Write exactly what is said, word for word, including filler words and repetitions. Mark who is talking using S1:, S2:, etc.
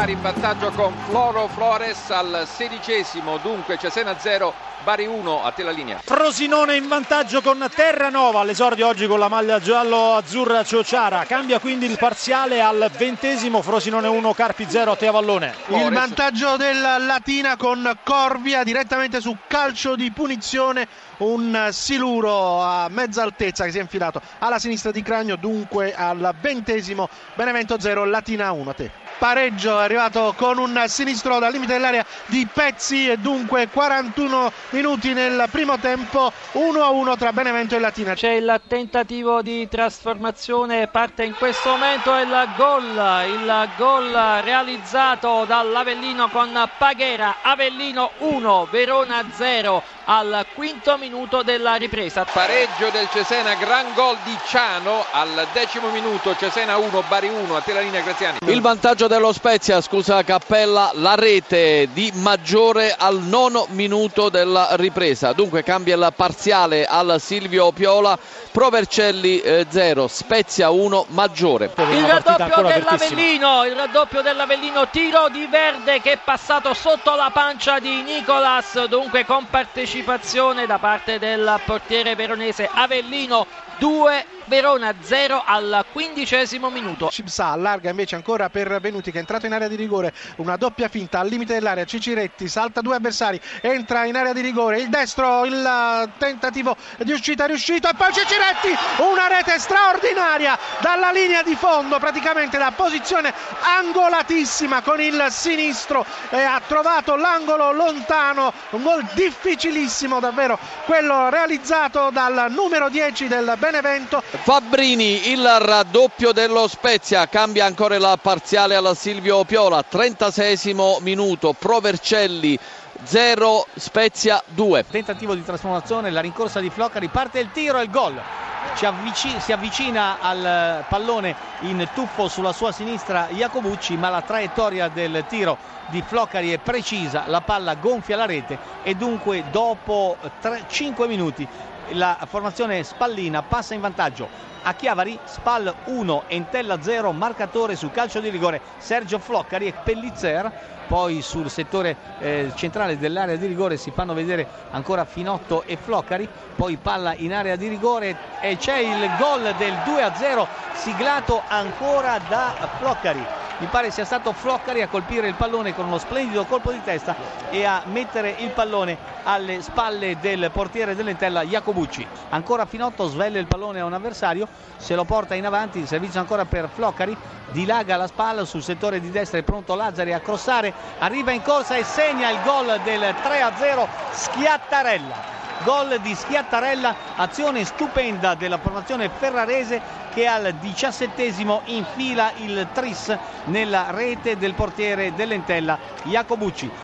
S1: Bari in vantaggio con Floro Flores al sedicesimo, dunque Cesena zero, Bari uno. A te la linea.
S2: Frosinone in vantaggio con Terranova all'esordio oggi con la maglia giallo-azzurra Ciociara. Cambia quindi il parziale al ventesimo, Frosinone uno, Carpi zero. A te Avallone.
S3: Il vantaggio del Latina con Corvia direttamente su calcio di punizione, un siluro a mezza altezza che si è infilato alla sinistra di Cragno, dunque al ventesimo Benevento zero, Latina uno. A te. Pareggio è arrivato con un sinistro dal limite dell'area di Pezzi e dunque quarantuno minuti nel primo tempo, uno a uno tra Benevento e Latina.
S4: C'è il tentativo di trasformazione, parte in questo momento il gol, il gol realizzato dall'Avellino con Paghera. Avellino uno, Verona zero al quinto minuto della ripresa.
S1: Pareggio del Cesena, gran gol di Ciano al decimo minuto, Cesena uno, Bari uno. A te la linea, Graziani.
S5: Il vantaggio dello Spezia, scusa Cappella, la rete di Maggiore al nono minuto della ripresa, dunque cambia il parziale al Silvio Piola. Provercelli zero, Spezia uno, Maggiore.
S4: Il raddoppio dell'Avellino, il raddoppio dell'Avellino, tiro di Verde che è passato sotto la pancia di Nicolas, dunque con partecipazione da parte del portiere veronese. Avellino due, Verona zero al quindicesimo minuto.
S3: Cipsa allarga invece ancora per Venuti che è entrato in area di rigore, una doppia finta al limite dell'area. Ciciretti salta due avversari, entra in area di rigore, il destro, il tentativo di uscita riuscito e poi Ciciretti, una rete straordinaria dalla linea di fondo, praticamente da posizione angolatissima con il sinistro, e ha trovato l'angolo lontano, un gol difficilissimo davvero quello realizzato dal numero dieci del Benevento.
S5: Fabbrini, il raddoppio dello Spezia, cambia ancora il parziale alla Silvio Piola, trentaseiesimo minuto, Provercelli zero, Spezia due.
S2: Tentativo di trasformazione, la rincorsa di Floccari, parte il tiro e il gol. Ci avvicina, si avvicina al pallone in tuffo sulla sua sinistra Iacobucci, ma la traiettoria del tiro di Floccari è precisa, la palla gonfia la rete e dunque dopo cinque minuti la formazione spallina passa in vantaggio. A Chiavari, Spal uno, Entella zero, marcatore sul calcio di rigore Sergio Floccari e Pellizzer. Poi sul settore eh, centrale dell'area di rigore si fanno vedere ancora Finotto e Floccari, poi palla in area di rigore e c'è il gol del due a zero siglato ancora da Floccari. Mi pare sia stato Floccari a colpire il pallone con uno splendido colpo di testa e a mettere il pallone alle spalle del portiere dell'Entella Iacobucci. Ancora Finotto svelle il pallone a un avversario, se lo porta in avanti, il servizio ancora per Floccari, dilaga la spalla sul settore di destra, è pronto Lazzari a crossare, arriva in corsa e segna il gol del tre a zero Schiattarella. Gol di Schiattarella, azione stupenda della formazione ferrarese che al diciassettesimo infila il tris nella rete del portiere dell'Entella Iacobucci.